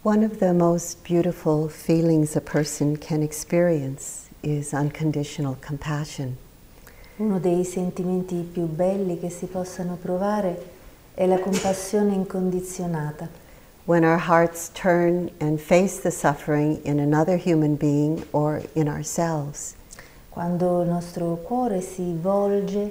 One of the most beautiful feelings a person can experience is unconditional compassion. Uno dei sentimenti più belli che si possano provare è la compassione incondizionata. When our hearts turn and face the suffering in another human being or in ourselves. Quando il nostro cuore si volge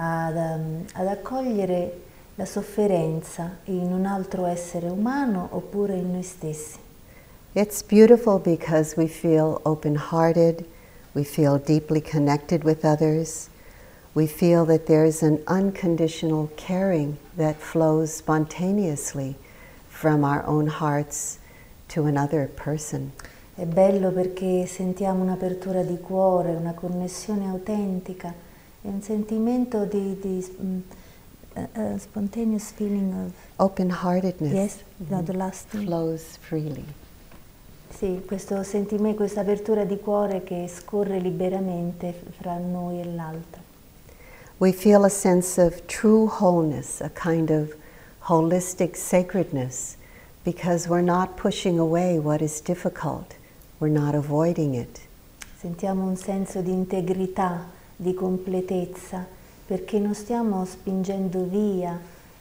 ad accogliere la sofferenza in un altro essere umano oppure in noi stessi. It's beautiful because we feel open-hearted, we feel deeply connected with others, we feel that there's an unconditional caring that flows spontaneously from our own hearts to another person. È bello perché sentiamo un'apertura di cuore, una connessione autentica e un sentimento di spontaneous feeling of Open-heartedness. yes, no, the last thing. Flows freely. Sì, questo sentimento, questa apertura di cuore che scorre liberamente fra noi e l'altro. We feel a sense of true wholeness, a kind of holistic sacredness, because we're not pushing away what is difficult, we're not avoiding it. Sentiamo un senso di integrità, di completezza, perché non stiamo spingendo via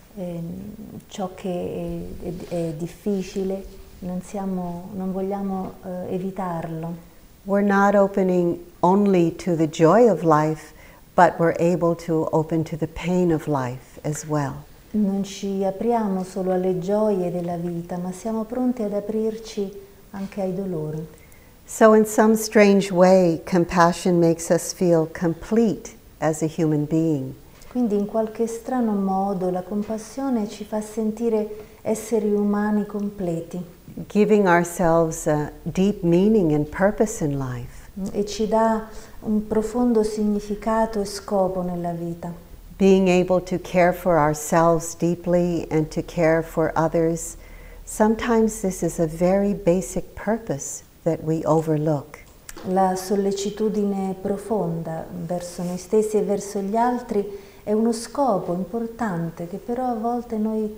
ciò che è difficile, non vogliamo evitarlo. We're not opening only to the joy of life, but we're able to open to the pain of life as well. Non ci apriamo solo alle gioie della vita, ma siamo pronti ad aprirci anche ai dolori. So in some strange way, compassion makes us feel complete as a human being. Quindi in qualche strano modo la compassione ci fa sentire esseri umani completi. Giving ourselves a deep meaning and purpose in life. E ci dà un profondo significato e scopo nella vita. Being able to care for ourselves deeply and to care for others, sometimes this is a very basic purpose that we overlook. La sollecitudine profonda verso noi stessi e verso gli altri è uno scopo importante che però a volte noi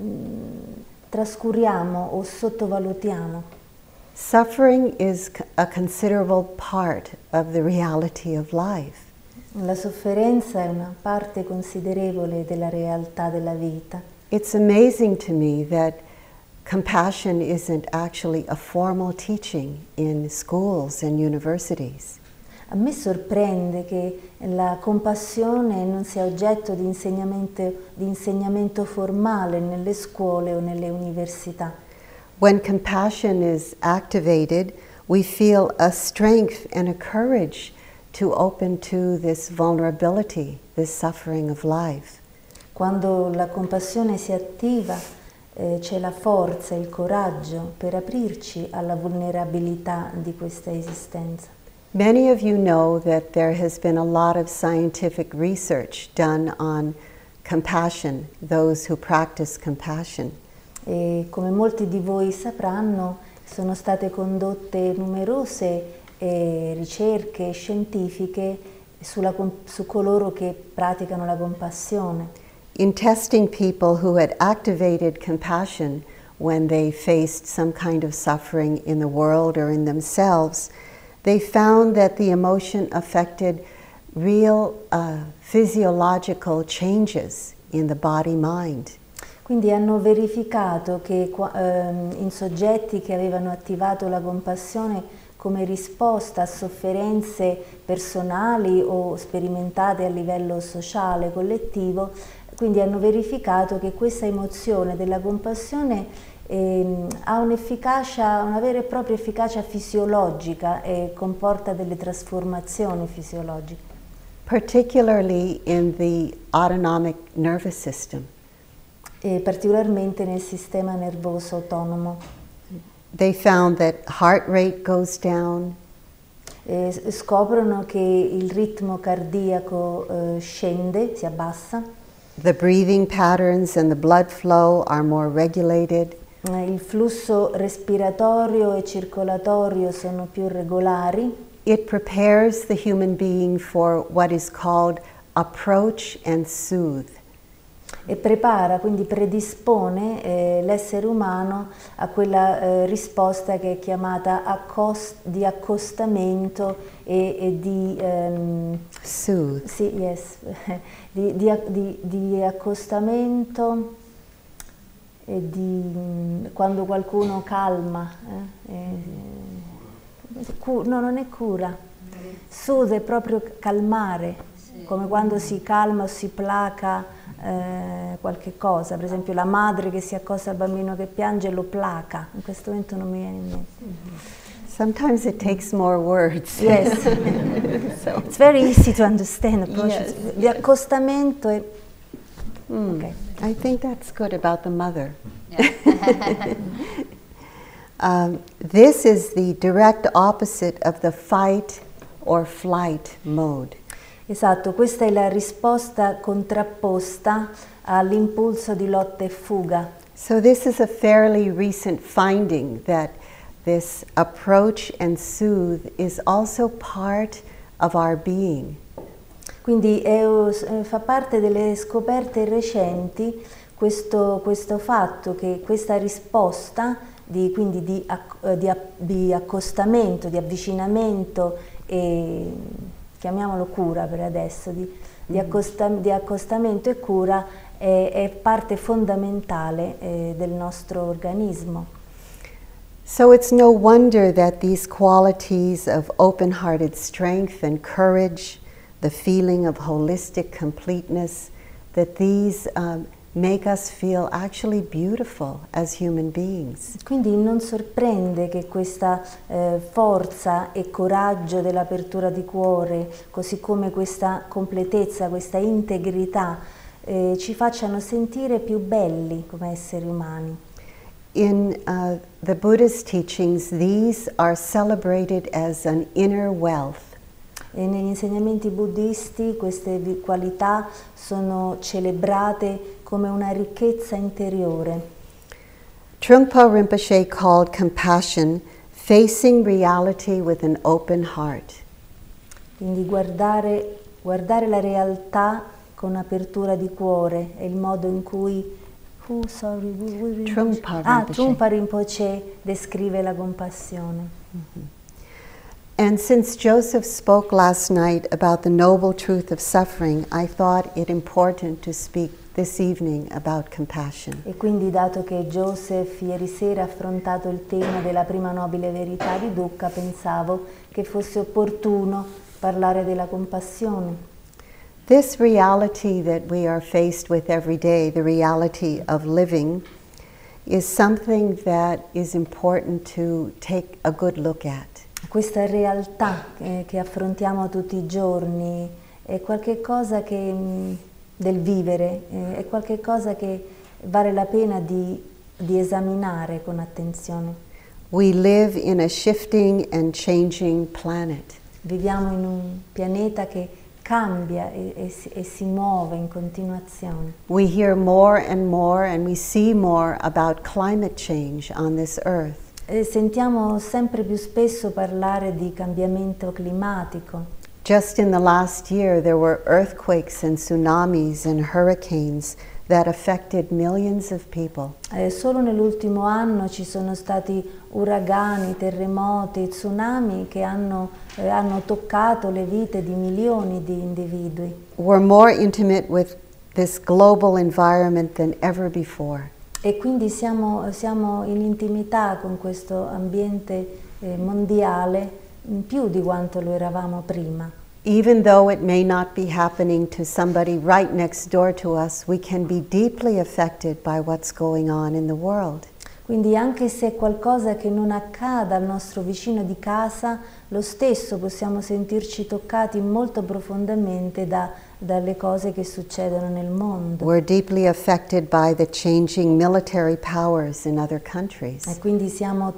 trascuriamo o sottovalutiamo. Suffering is a considerable part of the reality of life. La sofferenza è una parte considerevole della realtà della vita. It's amazing to me that compassion isn't actually a formal teaching in schools and universities. A me sorprende che la compassione non sia oggetto di insegnamento formale nelle scuole o nelle università. When compassion is activated, we feel a strength and a courage to open to this vulnerability, this suffering of life. Quando la compassione si attiva, c'è la forza, il coraggio per aprirci alla vulnerabilità di questa esistenza. Many of you know that there has been a lot of scientific research done on compassion, those who practice compassion. E come molti di voi sapranno, sono state condotte numerose ricerche scientifiche su coloro che praticano la compassione. In testing people who had activated compassion when they faced some kind of suffering in the world or in themselves, they found that the emotion affected real physiological changes in the body-mind. Quindi hanno verificato che in soggetti che avevano attivato la compassione come risposta a sofferenze personali o sperimentate a livello sociale, collettivo, quindi hanno verificato che questa emozione della compassione ha un'efficacia, una vera e propria efficacia fisiologica e comporta delle trasformazioni fisiologiche. Particularly in the autonomic nervous system. E particolarmente nel sistema nervoso autonomo. They found that heart rate goes down. Scoprono che il ritmo cardiaco scende, si abbassa. The breathing patterns and the blood flow are more regulated. Il flusso respiratorio e circolatorio sono più regolari. It prepares the human being for what is called approach and soothe. E prepara, quindi predispone l'essere umano a quella risposta che è chiamata di accostamento e di soothe. sì, yes, di accostamento e di quando qualcuno calma, no, non è cura, soothe è proprio calmare, come quando si calma o si placa qualche cosa, per esempio la madre che si accosta al bambino che piange lo placa, in questo momento non mi viene in mente. Sometimes it takes more words. Yes, So, it's very easy to understand. Yes. Di accostamento è... Okay. I think that's good about the mother. This is the direct opposite of the fight or flight mode. Esatto, questa è la risposta contrapposta all'impulso di lotta e fuga. So this is a fairly recent finding that this approach and soothe is also part of our being. Quindi fa parte delle scoperte recenti questo fatto che questa risposta quindi di accostamento, di avvicinamento e chiamiamolo cura per adesso, di accostamento e cura è parte fondamentale del nostro organismo. So it's no wonder that these qualities of open-hearted strength and courage, the feeling of holistic completeness, that these make us feel actually beautiful as human beings. Quindi non sorprende che questa forza e coraggio dell'apertura di cuore, così come questa completezza, questa integrità, ci facciano sentire più belli come esseri umani. In the Buddhist teachings, these are celebrated as an inner wealth. E negli insegnamenti buddisti queste qualità sono celebrate come una ricchezza interiore. Trungpa Rinpoche called compassion facing reality with an open heart. Quindi guardare la realtà con apertura di cuore è il modo in cui Trungpa Rinpoche descrive la compassione. Mm-hmm. And since Joseph spoke last night about the noble truth of suffering, I thought it important to speak this evening about compassion. E quindi, dato che Joseph ieri sera ha affrontato il tema della prima nobile verità di Dukkha, pensavo che fosse opportuno parlare della compassione. This reality that we are faced with every day, the reality of living, is something that is important to take a good look at. Questa realtà che affrontiamo tutti i giorni è qualcosa del vivere, è qualcosa che vale la pena di esaminare con attenzione. We live in a shifting and changing planet. Viviamo in un pianeta che cambia e si muove in continuazione. We hear more and we see more about climate change on this earth. Sentiamo sempre più spesso parlare di cambiamento climatico. Just in the last year there were earthquakes and tsunamis and hurricanes that affected millions of people. Solo nell'ultimo anno ci sono stati uragani, terremoti, tsunami che hanno toccato le vite di milioni di individui. We're more intimate with this global environment than ever before. E quindi siamo in intimità con questo ambiente mondiale più di quanto lo eravamo prima. Even though it may not be happening to somebody right next door to us, we can be deeply affected by what's going on in the world. Quindi anche se è qualcosa che non accada al nostro vicino di casa, lo stesso possiamo sentirci toccati molto profondamente dalle cose che succedono nel mondo. We're deeply affected by the changing military powers in other countries. E quindi siamo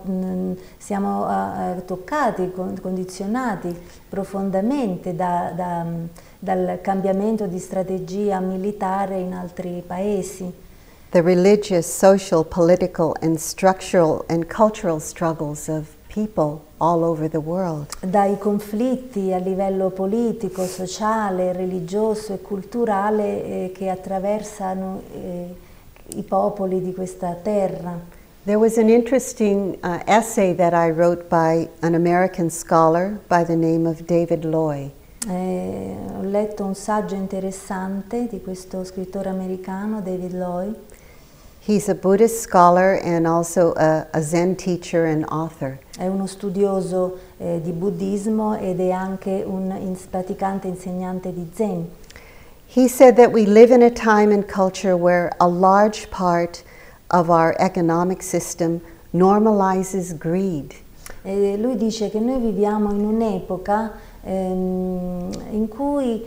toccati, condizionati profondamente dal cambiamento di strategia militare in altri paesi. The religious, social, political, and structural and cultural struggles of people all over the world. Dai conflitti a livello politico, sociale, religioso e culturale che attraversano i popoli di questa terra. There was an interesting essay that I wrote by an American scholar by the name of David Loy. Ho letto un saggio interessante di questo scrittore americano, David Loy. He's a Buddhist scholar and also a Zen teacher and author. È uno studioso di buddismo ed è anche un praticante insegnante di Zen. He said that we live in a time and culture where a large part of our economic system normalizes greed. E lui dice che noi viviamo in un'epoca in cui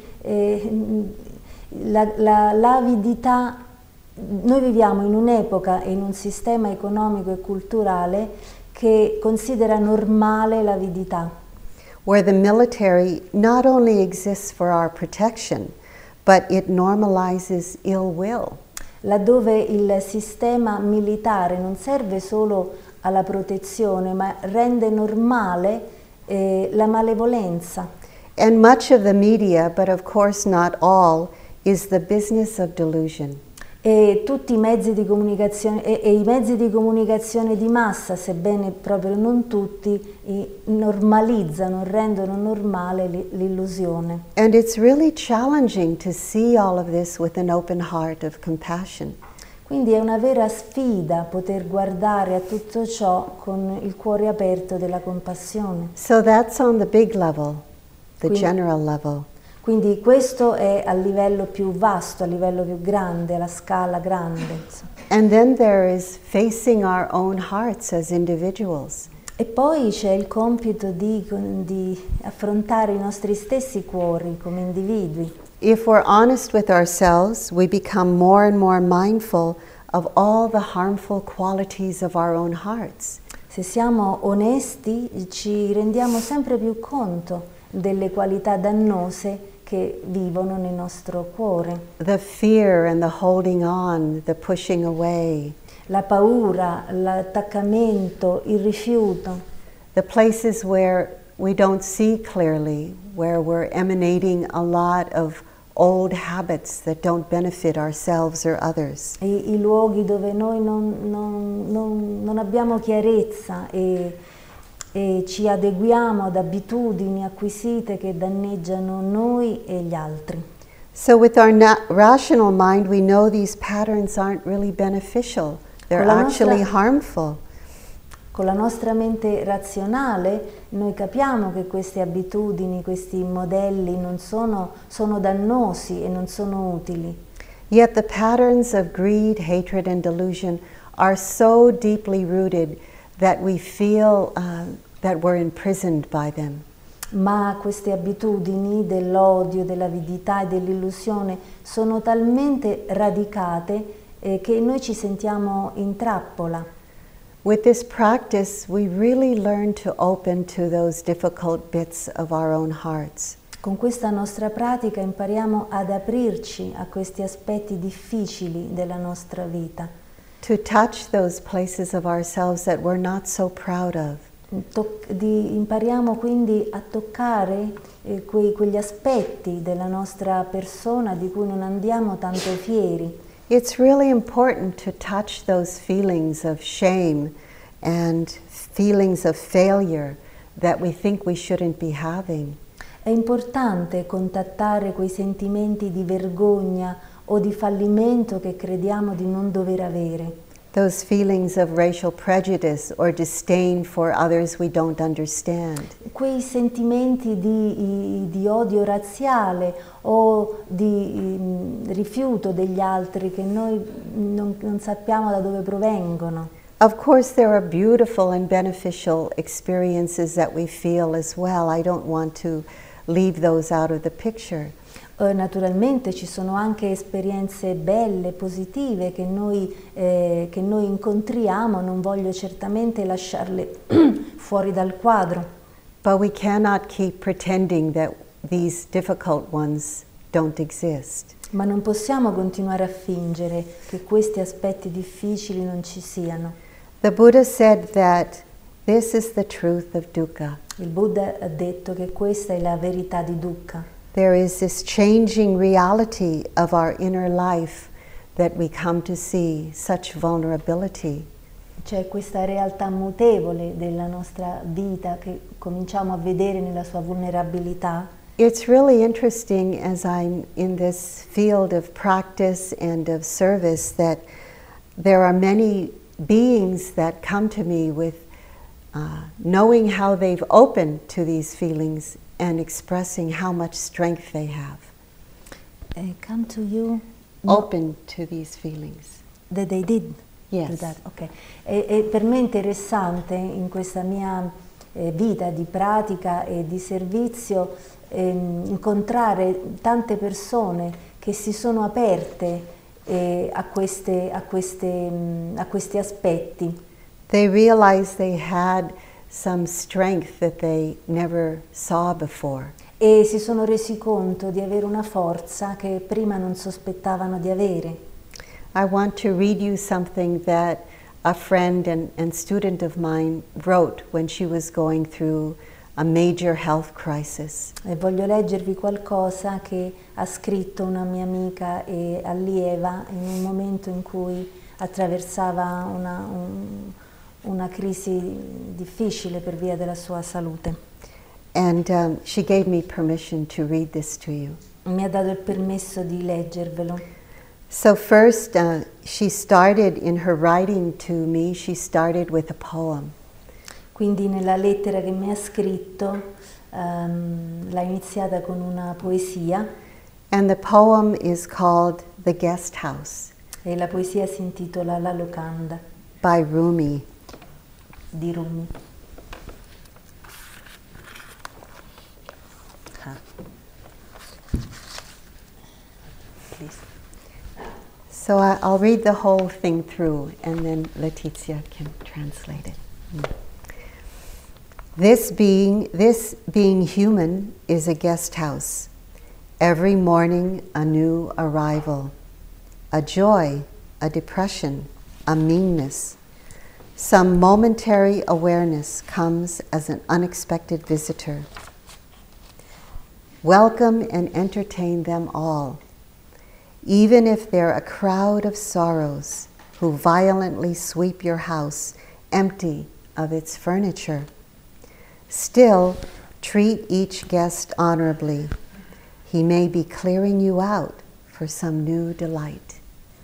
l'avidità, noi viviamo in un'epoca e in un sistema economico e culturale che considera normale l'avidità. Where the military not only exists for our protection, but it normalizes ill will. Laddove il sistema militare non serve solo alla protezione, ma rende normale la malevolenza. And much of the media, but of course not all, is the business of delusion. E tutti i mezzi di comunicazione e i mezzi di comunicazione di massa, sebbene proprio non tutti, normalizzano, rendono normale l'illusione. And it's really challenging to see all of this with an open heart of compassion. Quindi è una vera sfida poter guardare a tutto ciò con il cuore aperto della compassione. So that's on the big level, the general level. Quindi questo è a livello più vasto, a livello più grande, alla scala grande. And then there is facing our own hearts as individuals. E poi c'è il compito di affrontare i nostri stessi cuori come individui. If we're honest with ourselves, we become more and more mindful of all the harmful qualities of our own hearts. Se siamo onesti, ci rendiamo sempre più conto delle qualità dannose che vivono nel nostro cuore. The fear and the holding on, the pushing away. La paura, l'attaccamento, il rifiuto. The places where we don't see clearly, where we're emanating a lot of old habits that don't benefit ourselves or others. I luoghi dove noi non abbiamo chiarezza e ci adeguiamo ad abitudini acquisite che danneggiano noi e gli altri. So with our rational mind, we know these patterns aren't really beneficial. They're actually harmful. Con la nostra mente razionale noi capiamo che queste abitudini, questi modelli sono dannosi e non sono utili. Yet the patterns of greed, hatred and delusion are so deeply rooted that we feel that we're imprisoned by them. Ma queste abitudini dell'odio, dell'avidità e dell'illusione sono talmente radicate che noi ci sentiamo in trappola. With this practice, we really learn to open to those difficult bits of our own hearts. Con questa nostra pratica impariamo ad aprirci a questi aspetti difficili della nostra vita. To touch those places of ourselves that we're not so proud of. Impariamo quindi a toccare quegli aspetti della nostra persona di cui non andiamo tanto fieri. It's really important to touch those feelings of shame and feelings of failure that we think we shouldn't be having. È importante contattare quei sentimenti di vergogna o di fallimento che crediamo di non dover avere. Those feelings of racial prejudice or disdain for others we don't understand. Quei sentimenti di odio razziale o di rifiuto degli altri che noi non sappiamo da dove provengono. Of course there are beautiful and beneficial experiences that we feel as well. I don't want to leave those out of the picture. Naturalmente ci sono anche esperienze belle, positive che noi incontriamo, non voglio certamente lasciarle fuori dal quadro. But we cannot keep pretending that these difficult ones don't exist. Ma non possiamo continuare a fingere che questi aspetti difficili non ci siano. The Buddha said that This is the truth of dukkha. Il Buddha ha detto che questa è la verità di dukkha. There is this changing reality of our inner life that we come to see, such vulnerability. C'è questa realtà mutevole della nostra vita che cominciamo a vedere nella sua vulnerabilità. It's really interesting as I'm in this field of practice and of service that there are many beings that come to me with knowing how they've opened to these feelings and expressing how much strength they have. Come to you? Open to these feelings. That they did? Yes. Do that. Okay. E per me è interessante in questa mia vita di pratica e di servizio incontrare tante persone che si sono aperte a questi aspetti. They realized they had some strength that they never saw before. E si sono resi conto di avere una forza che prima non sospettavano di avere. I want to read you something that a friend and student of mine wrote when she was going through a major health crisis. E voglio leggervi qualcosa che ha scritto una mia amica e allieva in un momento in cui attraversava una crisi difficile per via della sua salute. And she gave me permission to read this to you. Mi ha dato il permesso di leggervelo. So first, she started in her writing to me, she started with a poem. Quindi nella lettera che mi ha scritto l'ha iniziata con una poesia. And the poem is called The Guest House. E la poesia si intitola La locanda. By Rumi. Di Rumi. Please. So I'll read the whole thing through and then Letizia can translate it. This being human is a guest house. Every morning a new arrival. A joy, a depression, a meanness. Some momentary awareness comes as an unexpected visitor. Welcome and entertain them all, even if they're a crowd of sorrows who violently sweep your house empty of its furniture. Still, treat each guest honorably. He may be clearing you out for some new delight.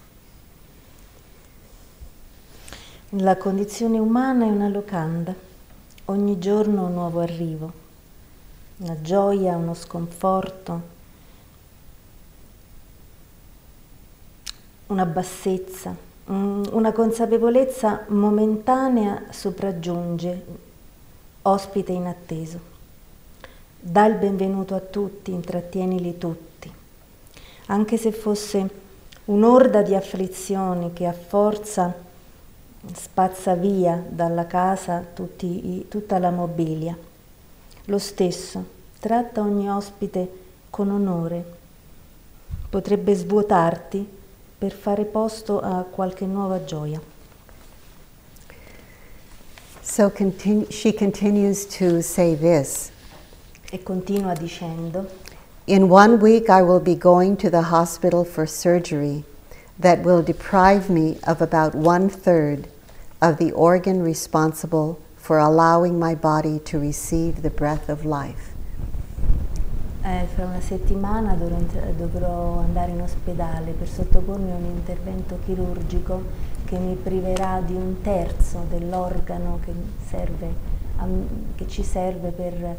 La condizione umana è una locanda, ogni giorno un nuovo arrivo, una gioia, uno sconforto, una bassezza, una consapevolezza momentanea sopraggiunge, ospite inatteso. Dà il benvenuto a tutti, intrattienili tutti, anche se fosse un'orda di afflizioni che a forza spazza via dalla casa tutta la mobilia. Lo stesso, tratta ogni ospite con onore. Potrebbe svuotarti per fare posto a qualche nuova gioia. So she continues to say this. E continua dicendo: In 1 week I will be going to the hospital for surgery that will deprive me of about 1/3 of the organ responsible for allowing my body to receive the breath of life. Fra una settimana dovrò andare in ospedale per sottopormi a un intervento chirurgico che mi priverà di 1/3 dell'organo che ci serve per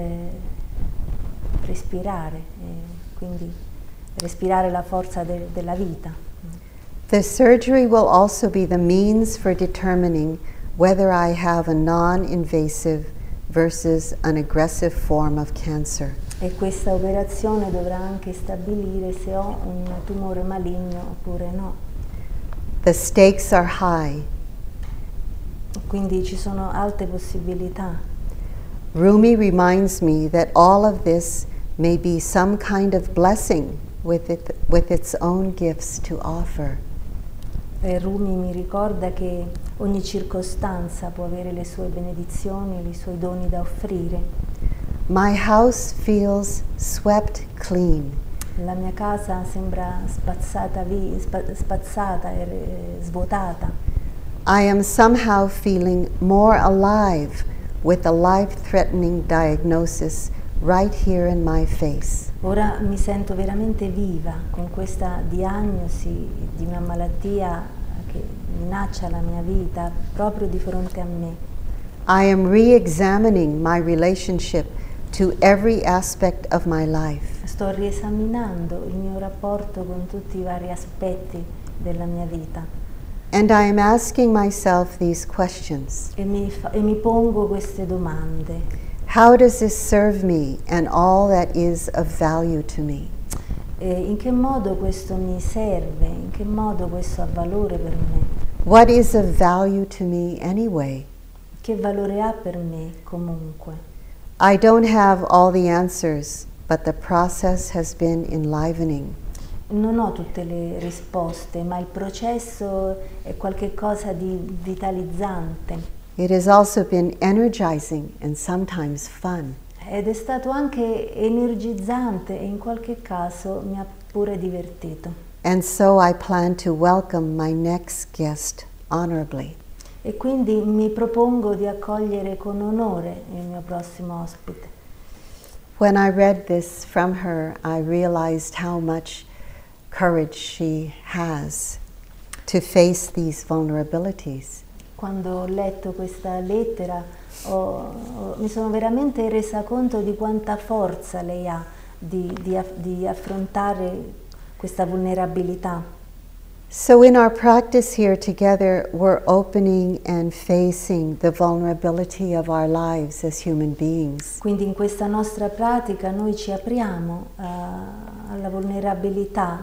respirare, quindi respirare la forza della vita. The surgery will also be the means for determining whether I have a non-invasive versus an aggressive form of cancer. E questa operazione dovrà anche stabilire se ho un tumore maligno oppure no. The stakes are high. Quindi ci sono alte possibilità. Rumi reminds me that all of this may be some kind of blessing with its own gifts to offer. Rumi mi ricorda che ogni circostanza può avere le sue benedizioni, i suoi doni da offrire. My house feels swept clean. La mia casa sembra spazzata e svuotata. I am somehow feeling more alive with a life-threatening diagnosis right here in my face. Ora mi sento veramente viva con questa diagnosi di una malattia che minaccia la mia vita proprio di fronte a me. I am re-examining my relationship to every aspect of my life. Sto riesaminando il mio rapporto con tutti i vari aspetti della mia vita. And I am asking myself these questions. E mi pongo queste domande. How does this serve me and all that is of value to me? In che modo questo mi serve? In che modo questo ha valore per me? What is of value to me anyway? Che valore ha per me comunque? I don't have all the answers, but the process has been enlivening. Non ho tutte le risposte, ma il processo è qualcosa di vitalizzante. It has also been energizing and sometimes fun. Ed è stato anche energizzante e in qualche caso mi ha pure divertito. And so I plan to welcome my next guest honorably. E quindi mi propongo di accogliere con onore il mio prossimo ospite. When I read this from her, I realized how much courage she has to face these vulnerabilities. Quando ho letto questa lettera mi sono veramente resa conto di quanta forza lei ha di affrontare questa vulnerabilità. So in our practice here together, we're opening and facing the vulnerability of our lives as human beings. Quindi in questa nostra pratica noi ci apriamo alla vulnerabilità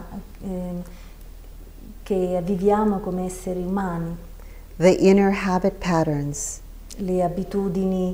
che viviamo come esseri umani. The inner habit patterns, le abitudini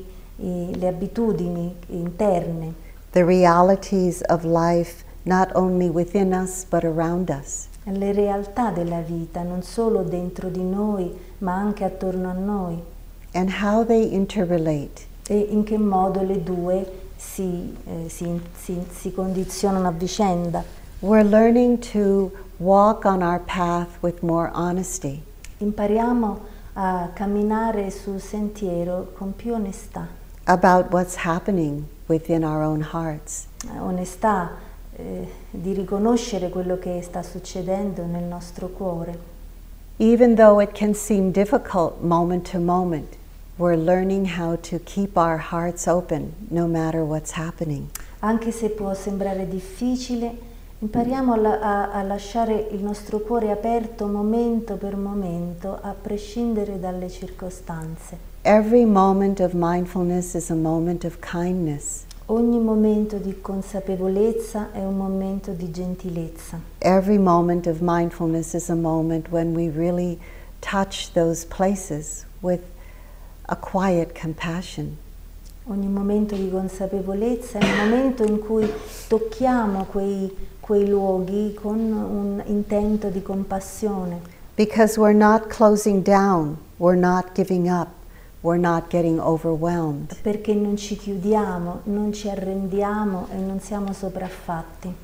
interne, the realities of life not only within us but around us. Le realtà della vita, non solo dentro di noi, ma anche attorno a noi. And how they interrelate. E in che modo le due si condizionano a vicenda. We're learning to walk on our path with more honesty. Impariamo a camminare sul sentiero con più onestà. About what's happening within our own hearts. Onestà di riconoscere quello che sta succedendo nel nostro cuore. Even though it can seem difficult moment to moment, we're learning how to keep our hearts open no matter what's happening. Anche se può sembrare difficile, impariamo a lasciare il nostro cuore aperto momento per momento, a prescindere dalle circostanze. Every moment of mindfulness is a moment of kindness. Ogni momento di consapevolezza è un momento di gentilezza. Every moment of mindfulness is a moment when we really touch those places with a quiet compassion. Ogni momento di consapevolezza è un momento in cui tocchiamo quei luoghi con un intento di compassione. Because we're not closing down, we're not giving up, we're not getting overwhelmed. Perché non ci chiudiamo, non ci arrendiamo e non siamo sopraffatti.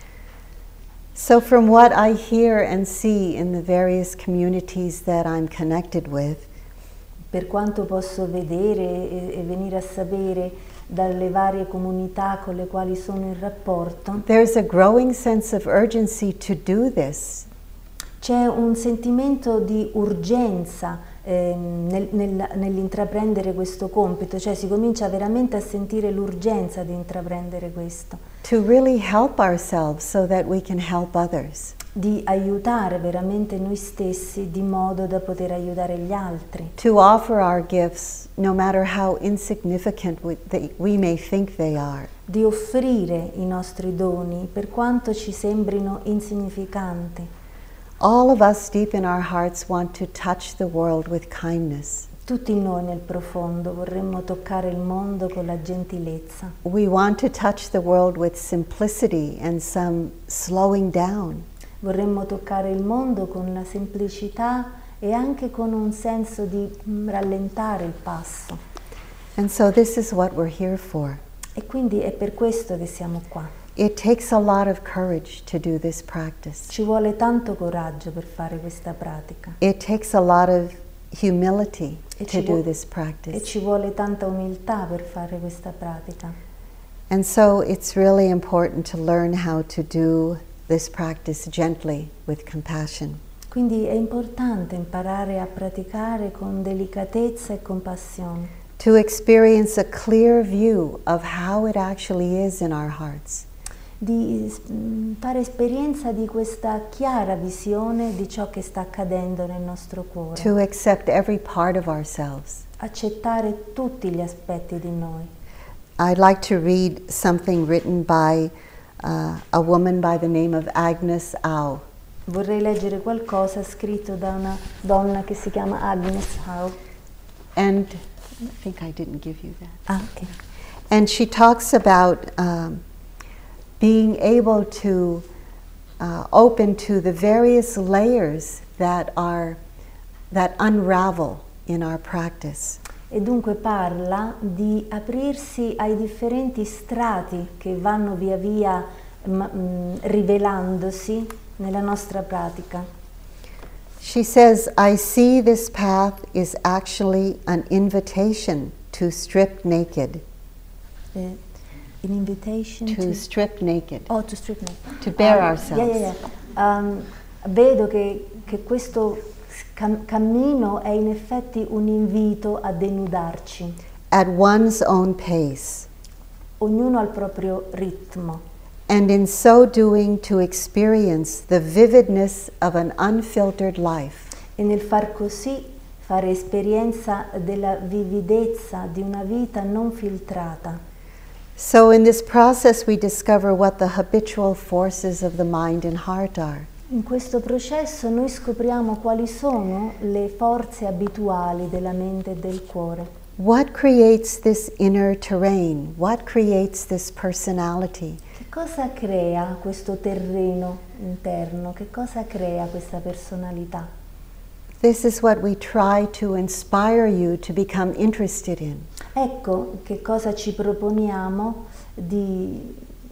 So from what I hear and see in the various communities that I'm connected with, per quanto posso vedere e venire a sapere dalle varie comunità con le quali sono in rapporto, there's a growing sense of urgency to do this. C'è un sentimento di urgenza nell'intraprendere questo compito, cioè si comincia veramente a sentire l'urgenza di intraprendere questo. To really help ourselves so that we can help others. Di aiutare veramente noi stessi di modo da poter aiutare gli altri. To offer our gifts no matter how insignificant we may think they are. Di offrire i nostri doni per quanto ci sembrino insignificanti. All of us deep in our hearts want to touch the world with kindness. Tutti noi nel profondo vorremmo toccare il mondo con la gentilezza. We want to touch the world with simplicity and some slowing down. vorremmo toccare il mondo con la semplicità e anche con un senso di rallentare il passo. And so this is what we're here for. E quindi è per questo che siamo qua. It takes a lot of courage to do this practice. Ci vuole tanto coraggio per fare questa pratica. It takes a lot of humility E to ci do vuo- this E practice. ci vuole tanta umiltà per fare questa pratica. And so it's really important to learn how to do this practice gently with compassion. Quindi è importante imparare a praticare con delicatezza e compassione, To experience a clear view of how it actually is in our hearts. di fare esperienza di questa chiara visione di ciò che sta accadendo nel nostro cuore, To accept every part of ourselves. accettare tutti gli aspetti di noi. I'd like to read something written by a woman by the name of Agnes Au. Vorrei leggere qualcosa scritto da una donna che si chiama Agnes Howe. And I think I didn't give you that. Ah, ok. And she talks about being able to open to the various layers that unravel in our practice. E dunque parla di aprirsi ai differenti strati che vanno via via rivelandosi nella nostra pratica. She says, I see this path is actually an invitation to strip naked. An invitation To strip naked. Oh, to strip naked. To bare ourselves. Vedo che questo cammino è in effetti un invito a denudarci, At one's own pace. ognuno al proprio ritmo. And in so doing to experience the vividness of an unfiltered life. E nel far così fare esperienza della vividezza di una vita non filtrata. So in this process we discover what the habitual forces of the mind and heart are. In questo processo noi scopriamo quali sono le forze abituali della mente e del cuore. What creates this inner terrain? What creates this personality? Che cosa crea questo terreno interno? Che cosa crea questa personalità? This is what we try to inspire you to become interested in. Ecco che cosa ci proponiamo di...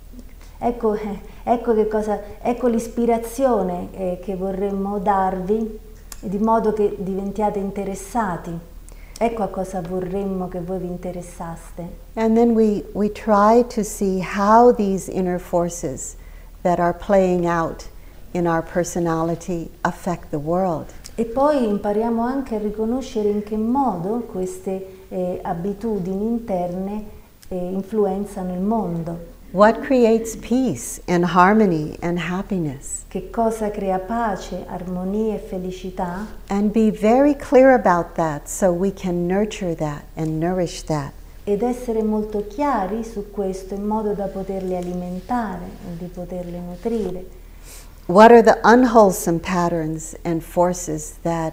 Ecco l'ispirazione che vorremmo darvi, di modo che diventiate interessati. Ecco a cosa vorremmo che voi vi interessaste. And then we try to see how these inner forces that are playing out in our personality affect the world. E poi impariamo anche a riconoscere in che modo queste abitudini interne influenzano il mondo. What creates peace and harmony and happiness? Che cosa crea pace, armonia e felicità? And be very clear about that so we can nurture that and nourish that. Ed essere molto chiari su questo in modo da poterle alimentare e di poterle nutrire. What are the unwholesome patterns and forces that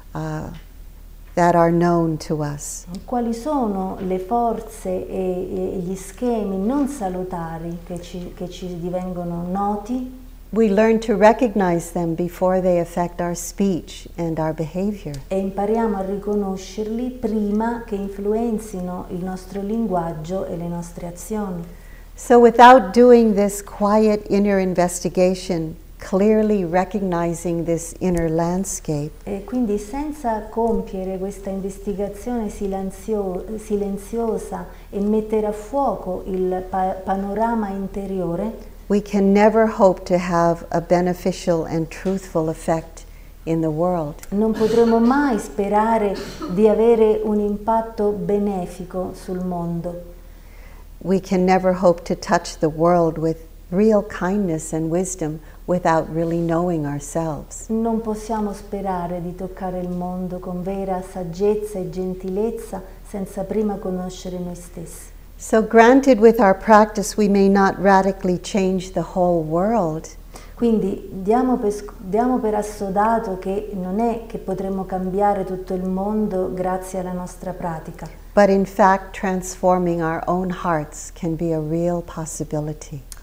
are known to us? Quali sono le forze e gli schemi non salutari che ci divengono noti? We learn to recognize them before they affect our speech and our behavior. E impariamo a riconoscerli prima che influenzino il nostro linguaggio e le nostre azioni. So without doing this quiet inner investigation, clearly recognizing this inner landscape, E quindi senza compiere questa investigazione silenziosa e mettere a fuoco il panorama interiore, we can never hope to have a beneficial and truthful effect in the world. non potremo mai sperare di avere un impatto benefico sul mondo. We can never hope to touch the world with real kindness and wisdom without really knowing ourselves. Non possiamo sperare di toccare il mondo con vera saggezza e gentilezza senza prima conoscere noi stessi. So granted with our practice we may not radically change the whole world, Quindi diamo per assodato che non è che potremo cambiare tutto il mondo grazie alla nostra pratica, but in fact transforming our own hearts can be a real possibility.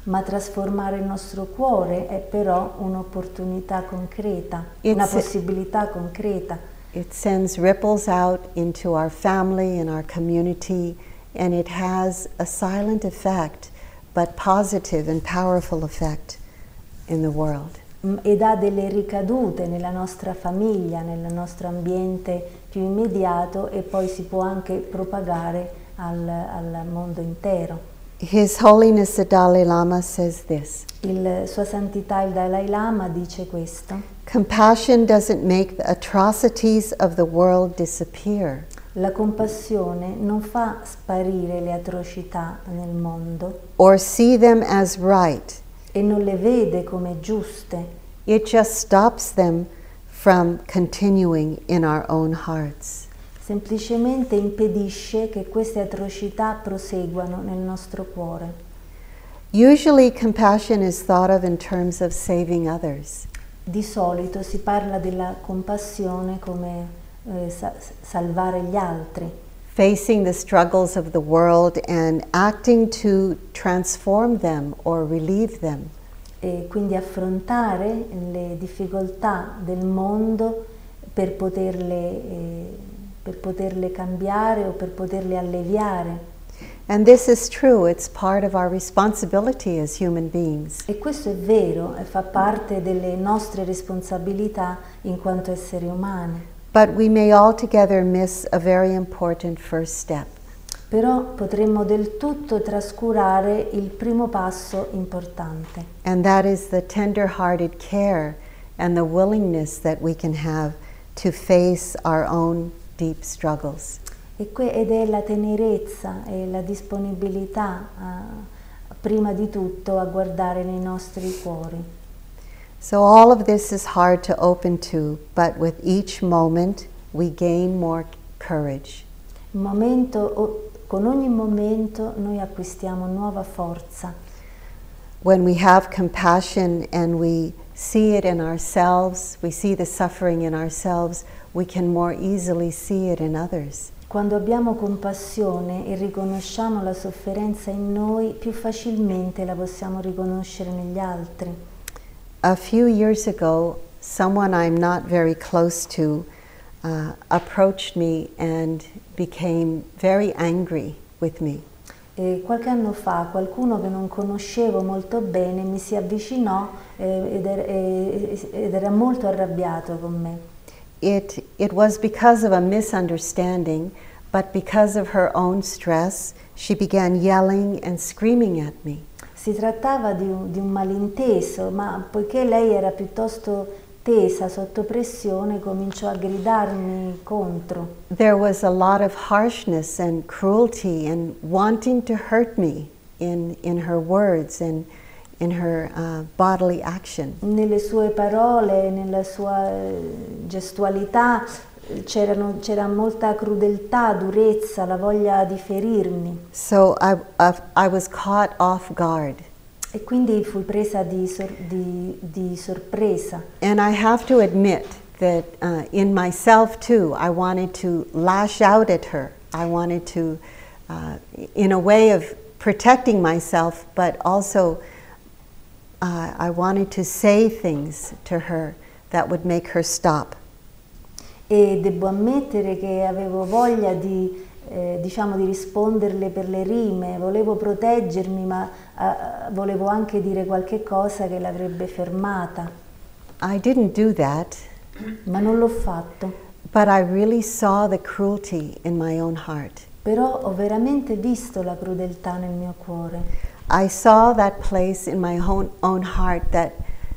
Ma trasformare il nostro cuore è però un'opportunità concreta, una possibilità concreta. It sends ripples out into our family and our community, and it has a silent effect, but positive and powerful effect in the world. Ed ha delle ricadute nella nostra famiglia, nel nostro ambiente più immediato, e poi si può anche propagare al mondo intero. His Holiness the Dalai Lama says this. Sua Santità il Dalai Lama dice questo. Compassion doesn't make the atrocities of the world disappear. La compassione non fa sparire le atrocità nel mondo Or see them as right. e non le vede come giuste. It just stops them from continuing in our own hearts. Semplicemente impedisce che queste atrocità proseguano nel nostro cuore. Usually compassion is thought of in terms of saving others. Di solito si parla della compassione come salvare gli altri. Facing the struggles of the world and acting to transform them or relieve them. E quindi affrontare le difficoltà del mondo per poterle cambiare o per poterle alleviare. And this is true, it's part of our responsibility as human beings. E questo è vero, e fa parte delle nostre responsabilità in quanto esseri umani. But we may altogether miss a very important first step. Però potremmo del tutto trascurare il primo passo importante. And that is the tender-hearted care and the willingness that we can have to face our own deep struggles. Ed è la tenerezza e la disponibilità prima di tutto a guardare nei nostri cuori. So all of this is hard to open to, but with each moment we gain more courage. Con ogni momento noi acquistiamo nuova forza. When we have compassion and we see it in ourselves, we see the suffering in ourselves, we can more easily see it in others. Quando abbiamo compassione e riconosciamo la sofferenza in noi, più facilmente la possiamo riconoscere negli altri. A few years ago, someone I'm not very close to approached me and became very angry with me. E qualche anno fa qualcuno che non conoscevo molto bene mi si avvicinò ed era molto arrabbiato con me. It was because of a misunderstanding, but because of her own stress, she began yelling and screaming at me. Si trattava di un malinteso, ma poiché lei era piuttosto tesa, sotto pressione, cominciò a gridarmi contro. There was a lot of harshness and cruelty and wanting to hurt me in her words and in her bodily action. Nelle sue parole, nella sua gestualità c'era molta crudeltà, durezza, la voglia di ferirmi. So I was caught off guard. E quindi fui presa di sorpresa. And I have to admit that in myself too, I wanted to lash out at her. I wanted to, in a way of protecting myself, but also I wanted to say things to her that would make her stop. E devo ammettere che avevo voglia di risponderle per le rime, volevo proteggermi, ma volevo anche dire qualche cosa che l'avrebbe fermata. I didn't do that. Ma non l'ho fatto. But I really saw the cruelty in my own heart. Però ho veramente visto la crudeltà nel mio cuore. I saw that place in my own heart that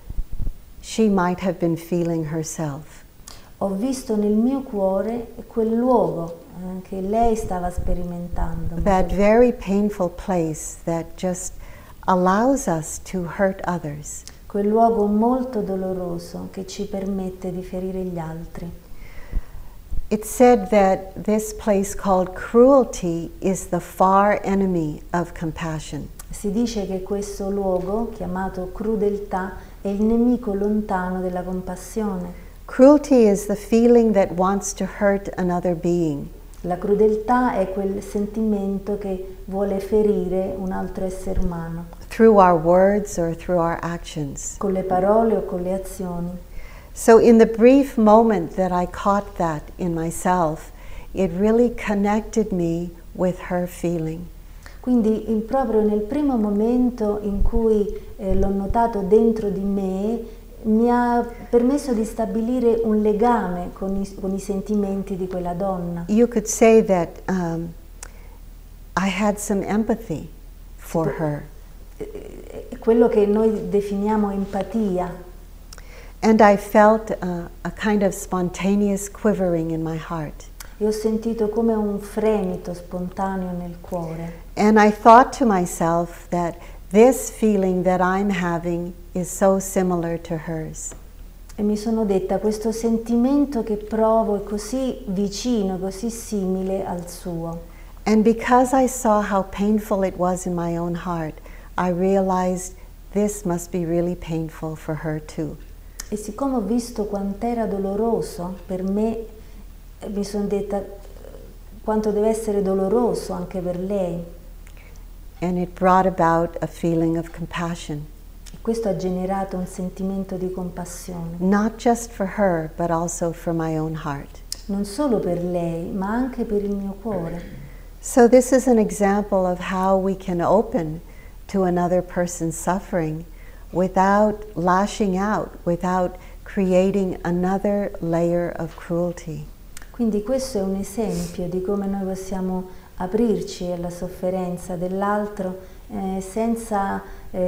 she might have been feeling herself. Ho visto nel mio cuore quel luogo che lei stava sperimentando. That very painful place that just allows us to hurt others. Quel luogo molto doloroso che ci permette di ferire gli altri. It's said that this place called cruelty is the far enemy of compassion. Si dice che questo luogo, chiamato crudeltà, è il nemico lontano della compassione. Cruelty is the feeling that wants to hurt another being. La crudeltà è quel sentimento che vuole ferire un altro essere umano. through our words or through our actions. con le parole o con le azioni. So in the brief moment that I caught that in myself, it really connected me with her feeling. Quindi proprio nel primo momento in cui l'ho notato dentro di me, mi ha permesso di stabilire un legame con i sentimenti di quella donna. You could say that I had some empathy for her. Quello che noi definiamo empatia. And I felt a kind of spontaneous quivering in my heart. E ho sentito come un fremito spontaneo nel cuore. And I thought to myself that this feeling that I'm having is so similar to hers. E mi sono detta, questo sentimento che provo è così vicino, così simile al suo. And because I saw how painful it was in my own heart, I realized this must be really painful for her too. E siccome ho visto quant'era doloroso per me, mi sono detta quanto deve essere doloroso anche per lei. And it brought about a feeling of compassion. E questo ha generato un sentimento di compassione. Not just for her, but also for my own heart. Non solo per lei, ma anche per il mio cuore. So this is an example of how we can open to another person's suffering without lashing out, without creating another layer of cruelty. Quindi questo è un esempio di come noi possiamo aprirci alla sofferenza dell'altro senza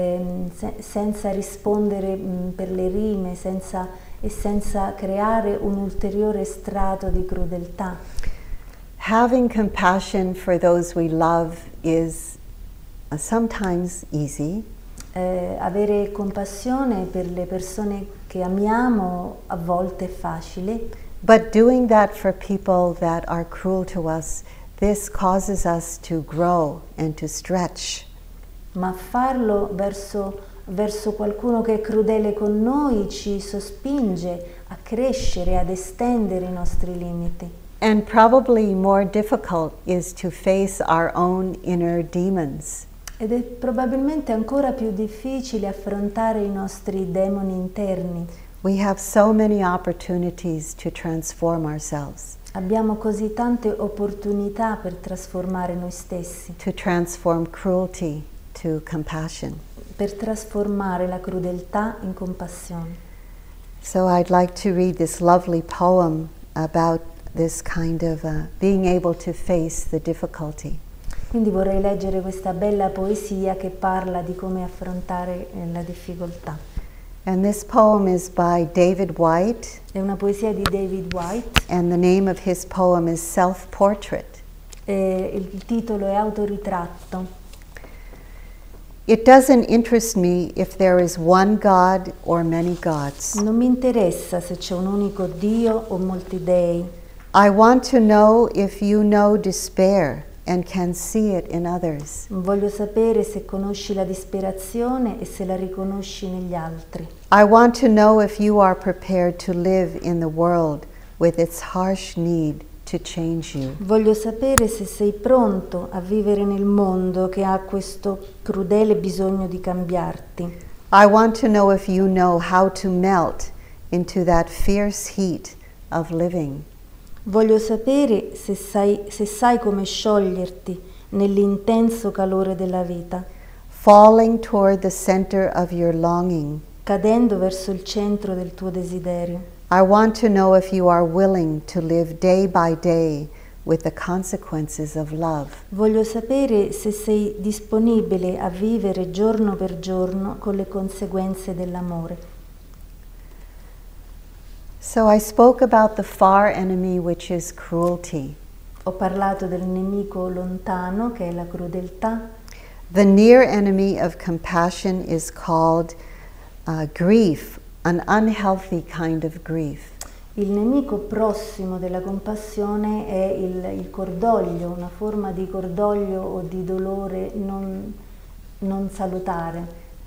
rispondere per le rime, senza creare un ulteriore strato di crudeltà. Having compassion for those we love is sometimes easy. Avere compassione per le persone che amiamo a volte è facile. But doing that for people that are cruel to us, this causes us to grow and to stretch. Ma farlo verso qualcuno che è crudele con noi ci sospinge a crescere, ad estendere i nostri limiti. And probably more difficult is to face our own inner demons. Ed è probabilmente ancora più difficile affrontare i nostri demoni interni. We have so many opportunities to transform ourselves, Abbiamo così tante opportunità per trasformare noi stessi, to transform cruelty to compassion. per trasformare la crudeltà in compassione. So I'd like to read this lovely poem about this kind of being able to face the difficulty. Quindi vorrei leggere questa bella poesia che parla di come affrontare la difficoltà. And this poem is by David White, È una poesia di David White, and the name of his poem is Self-Portrait. e il titolo è Autoritratto. It doesn't interest me if there is one God or many gods. Non mi interessa se c'è un unico Dio o molti dei. I want to know if you know despair and can see it in others. Voglio sapere se conosci la disperazione e se la riconosci negli altri. I want to know if you are prepared to live in the world with its harsh need to change you. Voglio sapere se sei pronto a vivere nel mondo che ha questo crudele bisogno di cambiarti. I want to know if you know how to melt into that fierce heat of living. Voglio sapere se sai come scioglierti nell'intenso calore della vita, Falling toward the center of your longing. cadendo verso il centro del tuo desiderio. I want to know if you are willing to live day by day with the consequences of love. Voglio sapere se sei disponibile a vivere giorno per giorno con le conseguenze dell'amore. So I spoke about the far enemy, which is cruelty. Ho parlato del nemico lontano, che è la crudeltà. The near enemy of compassion is called grief, an unhealthy kind of grief. Il nemico prossimo della compassione è il cordoglio, una forma di cordoglio o di dolore non salutare.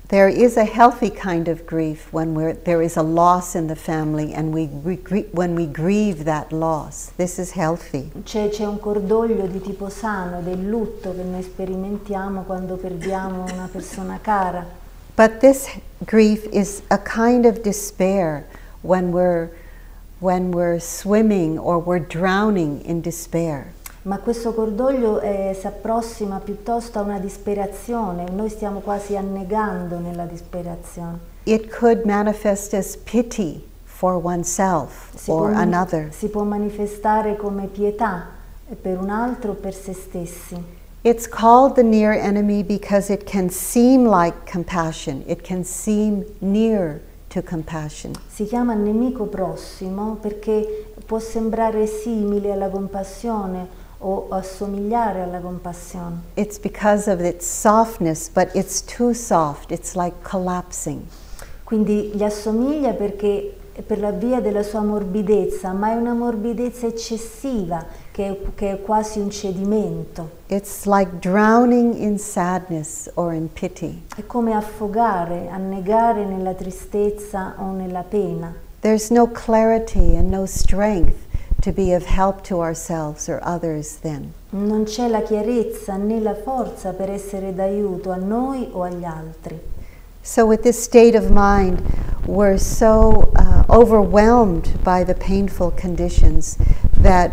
there is a healthy kind of grief when there is a loss in the family and when we grieve that loss. This is healthy. C'è un cordoglio di tipo sano, del lutto che noi sperimentiamo quando perdiamo una persona cara. But this grief is a kind of despair when we're swimming or we're drowning in despair. Ma questo cordoglio si approssima piuttosto a una disperazione, noi stiamo quasi annegando nella disperazione. It could manifest as pity for oneself or another. Si può manifestare come pietà per un altro o per se stessi. It's called the near enemy because it can seem like compassion. It can seem near to compassion. Si chiama nemico prossimo perché può sembrare simile alla compassione o assomigliare alla compassione. It's because of its softness, but it's too soft. It's like collapsing. Quindi gli assomiglia perché per la via della sua morbidezza, ma è una morbidezza eccessiva che è quasi un cedimento. It's like drowning in sadness or in pity. È come affogare, annegare nella tristezza o nella pena. There's no clarity and no strength to be of help to ourselves or others then. Non c'è la chiarezza né la forza per essere d'aiuto a noi o agli altri. So with this state of mind, we're so overwhelmed by the painful conditions that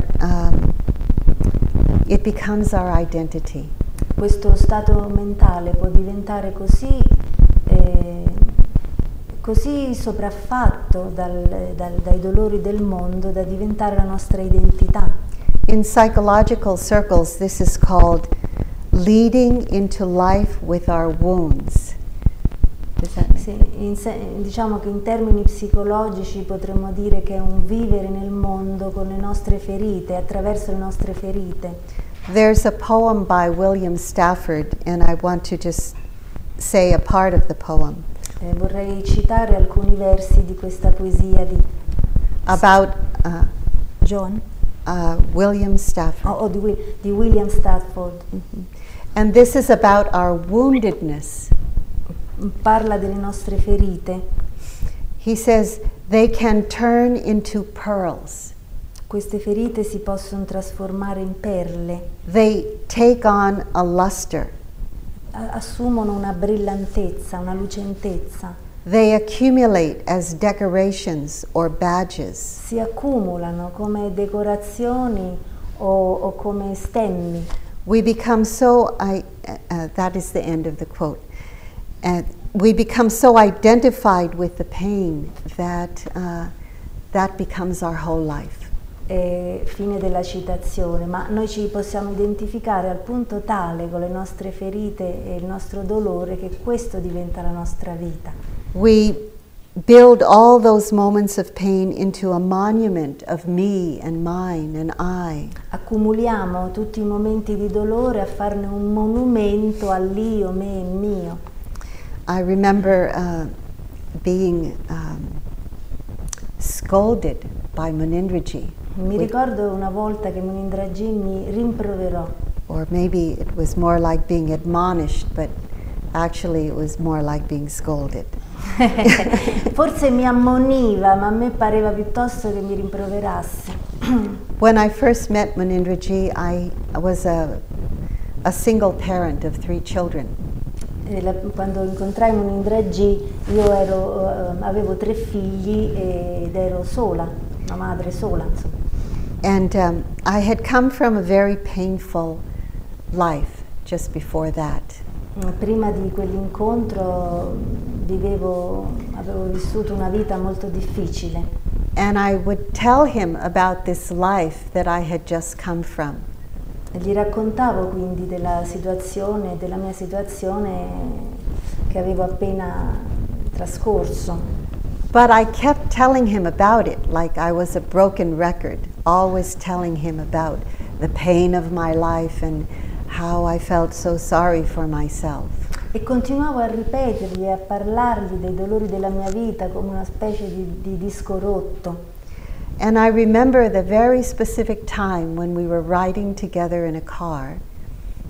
it becomes our identity. Questo stato mentale può diventare così sopraffatto dai dolori del mondo da diventare la nostra identità. In psychological circles, this is called leading into life with our wounds. Sì, diciamo che in termini psicologici potremmo dire che è un vivere nel mondo con le nostre ferite, attraverso le nostre ferite. There's a poem by William Stafford, and I want to just say a part of the poem. Vorrei citare alcuni versi di questa poesia di John William Stafford. Di William Stafford. Mm-hmm. And this is about our woundedness. Parla delle nostre ferite. He says they can turn into pearls. Queste ferite si possono trasformare in perle. They take on a luster. Assumono una brillantezza, una lucentezza. They accumulate as decorations or badges. Si accumulano come decorazioni o come stemmi. We become so, that is the end of the quote. We become so identified with the pain that that becomes our whole life. Fine della citazione, ma noi ci possiamo identificare al punto tale con le nostre ferite e il nostro dolore che questo diventa la nostra vita. We build all those moments of pain into a monument of me and mine and I. Accumuliamo tutti i momenti di dolore a farne un monumento all'io, me e mio. I remember being scolded by Munindraji. Mi ricordo una volta che Munindraji mi rimproverò. Or maybe it was more like being admonished, but actually it was more like being scolded. Forse mi ammoniva, ma a me pareva piuttosto che mi rimproverasse. When I first met Munindraji, I was a single parent of 3 children. Quando incontrai Munindraji io avevo 3 figli ed ero sola, una madre sola, insomma. And I had come from a very painful life just before that. Prima di quell'incontro avevo vissuto una vita molto difficile. And I would tell him about this life that I had just come from. E gli raccontavo quindi della mia situazione che avevo appena trascorso. But I kept telling him about it like I was a broken record, always telling him about the pain of my life and how I felt so sorry for myself. E continuavo a ripetergli e a parlargli dei dolori della mia vita come una specie di disco rotto. And I remember the very specific time when we were riding together in a car.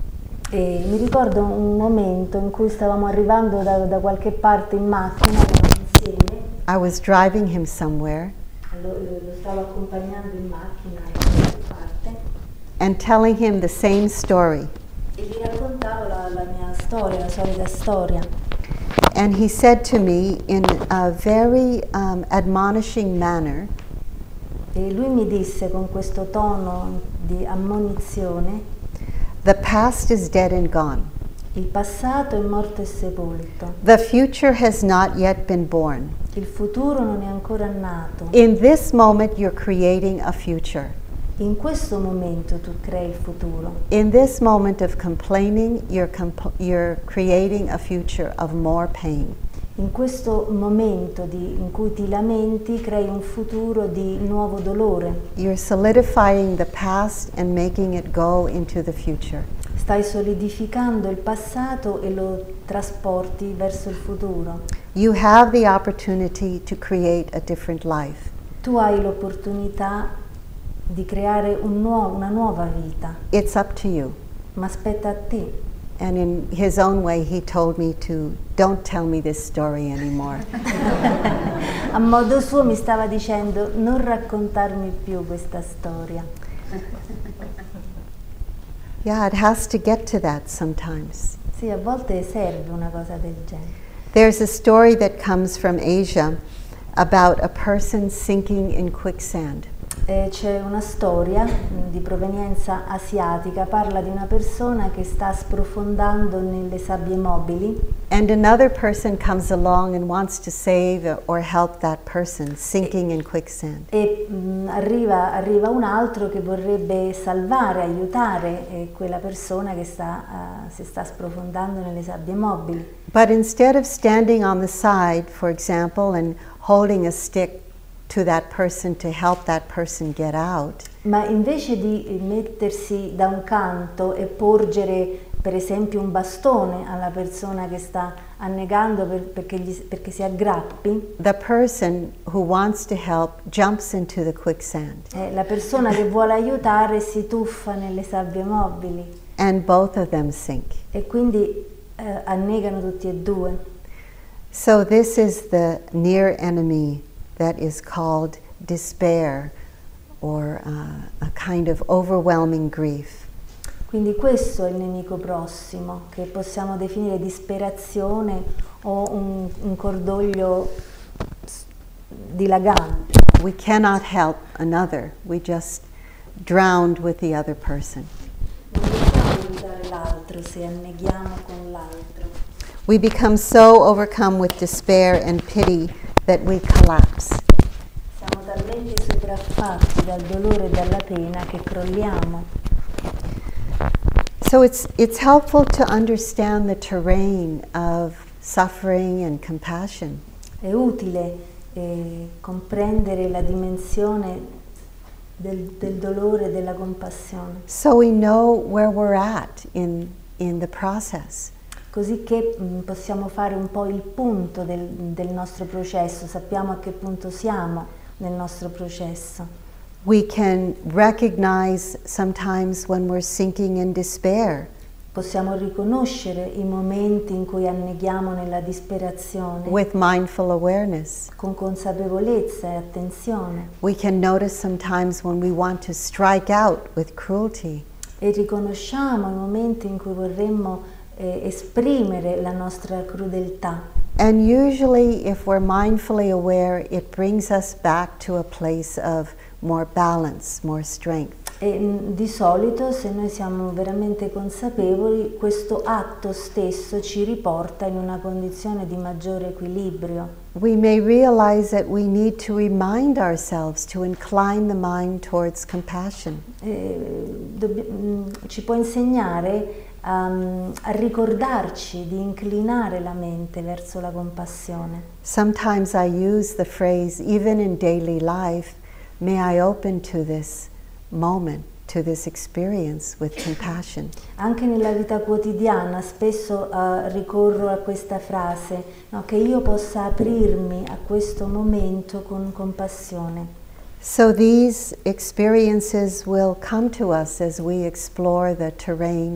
E mi ricordo un momento in cui stavamo arrivando da qualche parte in macchina, eravamo insieme. I was driving him somewhere Lo stavo accompagnando in macchina da qualche parte and telling him the same story. e gli raccontavo la mia storia, la solita storia. And he said to me in a very admonishing manner, E lui mi disse con questo tono di ammonizione: "The past is dead and gone. il passato è morto e sepolto, The future has not yet been born. il futuro non è ancora nato. In this moment, you're creating a future. In questo momento tu crei il futuro. In this moment of complaining, you're creating a future of more pain. In questo momento in cui ti lamenti crei un futuro di nuovo dolore. You're solidifying the past and making it go into the future. Stai solidificando il passato e lo trasporti verso il futuro. You have the opportunity to create a different life. Tu hai l'opportunità di creare una nuova vita, It's up to you." ma spetta a te. And in his own way, he told me to don't tell me this story anymore. A modo suo mi stava dicendo: non raccontarmi più questa storia. Yeah, it has to get to that sometimes. Sì, a volte serve una cosa del genere. There's a story that comes from Asia about a person sinking in quicksand. C'è una storia di provenienza asiatica, parla di una persona che sta sprofondando nelle sabbie mobili. And another person comes along and wants to save or help that person sinking in quicksand. E arriva un altro che vorrebbe salvare, aiutare quella persona che si sta sprofondando nelle sabbie mobili. But instead of standing on the side, for example, and holding a stick to that person to help that person get out, Ma invece di mettersi da un canto e porgere per esempio un bastone alla persona che sta annegando perché si aggrappi, the person who wants to help jumps into the quicksand, la persona che vuole aiutare si tuffa nelle sabbie mobili and both of them sink. e quindi annegano tutti e due. So this is the near enemy that is called despair, or a kind of overwhelming grief. Quindi questo è il nemico prossimo, che possiamo definire disperazione o un cordoglio dilagante. We cannot help another, we just drowned with the other person. Non possiamo aiutare l'altro se anneghiamo con l'altro. We become so overcome with despair and pity that we collapse. Siamo talmente sopraffatti dal dolore e dalla pena che crolliamo. So it's helpful to understand the terrain of suffering and compassion. È utile comprendere la dimensione del dolore e della compassione, So we know where we're at in the process. così che possiamo fare un po' il punto del nostro processo, sappiamo a che punto siamo nel nostro processo. We can recognize sometimes when we're sinking in despair. Possiamo riconoscere i momenti in cui anneghiamo nella disperazione With mindful awareness. con consapevolezza e attenzione, We can notice sometimes when we want to strike out with cruelty. e riconosciamo i momenti in cui vorremmo esprimere la nostra crudeltà. And usually, if we're mindfully aware, it brings us back to a place of more balance, more strength. E di solito, se noi siamo veramente consapevoli, questo atto stesso ci riporta in una condizione di maggiore equilibrio. We may realize that we need to remind ourselves to incline the mind towards compassion. Ci può insegnare a ricordarci di inclinare la mente verso la compassione. Sometimes I use the phrase, even in daily life, may I open to this moment, to this experience with compassion. Anche nella vita quotidiana spesso ricorro a questa frase, no, che io possa aprirmi a questo momento con compassione. So these experiences will come to us as we explore the terrain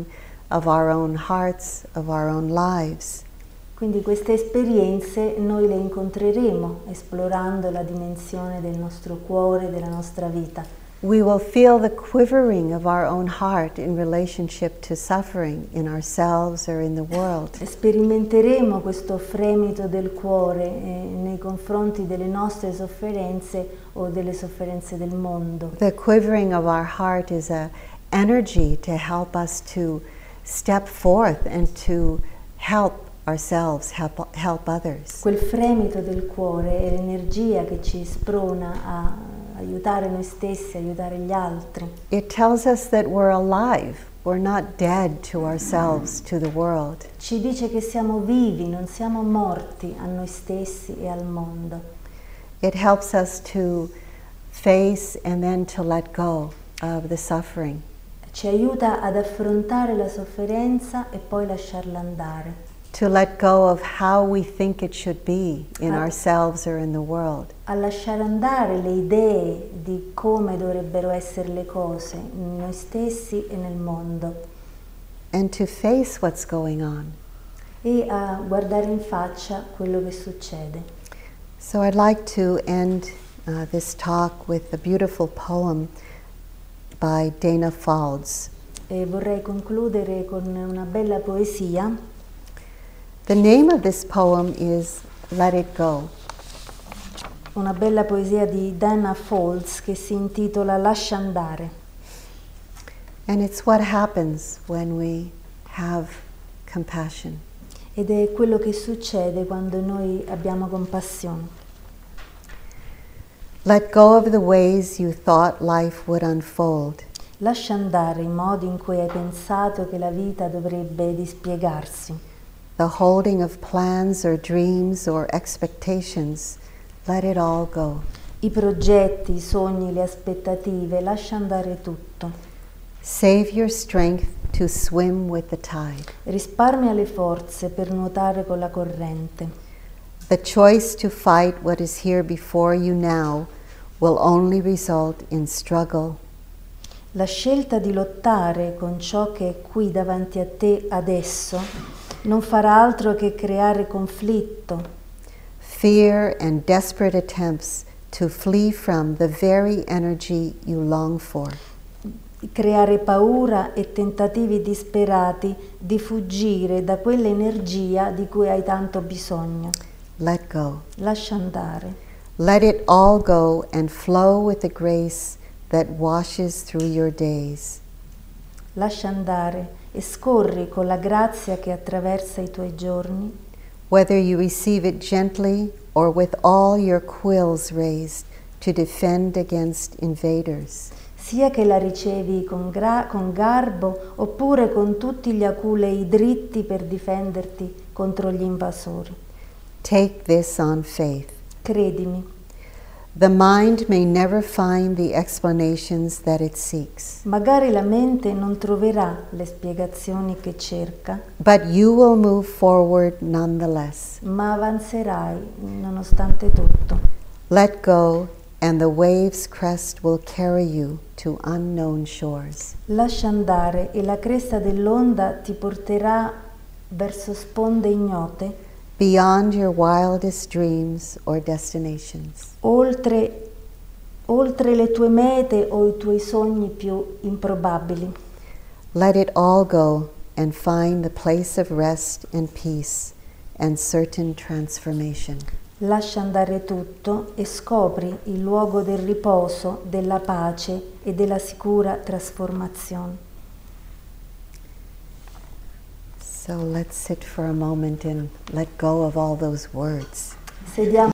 of our own hearts, of our own lives. Quindi queste esperienze noi le incontreremo esplorando la dimensione del nostro cuore, della nostra vita. We will feel the quivering of our own heart in relationship to suffering in ourselves or in the world. Sperimenteremo questo fremito del cuore nei confronti delle nostre sofferenze o delle sofferenze del mondo. The quivering of our heart is an energy to help us to step forth and to help ourselves, help others. Quel fremito del cuore è l'energia che ci sprona a aiutare noi stessi, aiutare gli altri. It tells us that we're alive. We're not dead to ourselves, to the world. Ci dice che siamo vivi, non siamo morti a noi stessi e al mondo. It helps us to face and then to let go of the suffering. Ci aiuta ad affrontare la sofferenza e poi lasciarla andare. To let go of how we think it should be in ourselves or in the world. A lasciare andare le idee di come dovrebbero essere le cose in noi stessi e nel mondo. And to face what's going on. E a guardare in faccia quello che succede. So I'd like to end this talk with a beautiful poem by Dana Faulds. E vorrei concludere con una bella poesia. The name of this poem is Let It Go. Una bella poesia di Dana Faulds che si intitola Lascia andare. And it's what happens when we have compassion. Ed è quello che succede quando noi abbiamo compassione. Let go of the ways you thought life would unfold. Lascia andare i modi in cui hai pensato che la vita dovrebbe dispiegarsi. The holding of plans or dreams or expectations, let it all go. I progetti, i sogni, le aspettative, lascia andare tutto. Save your strength to swim with the tide. Risparmia le forze per nuotare con la corrente. The choice to fight what is here before you now will only result in struggle. La scelta di lottare con ciò che è qui davanti a te adesso non farà altro che creare conflitto. Fear and desperate attempts to flee from the very energy you long for. Creare paura e tentativi disperati di fuggire da quell'energia di cui hai tanto bisogno. Let go. Lascia andare. Let it all go and flow with the grace that washes through your days. Lascia andare e scorri con la grazia che attraversa i tuoi giorni. Whether you receive it gently or with all your quills raised to defend against invaders. Sia che la ricevi con garbo oppure con tutti gli aculei dritti per difenderti contro gli invasori. Take this on faith. Credimi. The mind may never find the explanations that it seeks. Magari la mente non troverà le spiegazioni che cerca, but you will move forward nonetheless. Ma avanzerai nonostante tutto. Let go and the waves' crest will carry you to unknown shores. Lascia andare e la cresta dell'onda ti porterà verso sponde ignote. Beyond your wildest dreams or destinations. Oltre le tue mete o i tuoi sogni più improbabili. Let it all go and find the place of rest and peace and certain transformation. Lascia andare tutto e scopri il luogo del riposo, della pace e della sicura trasformazione. So let's sit for a moment and let go of all those words. Sediamo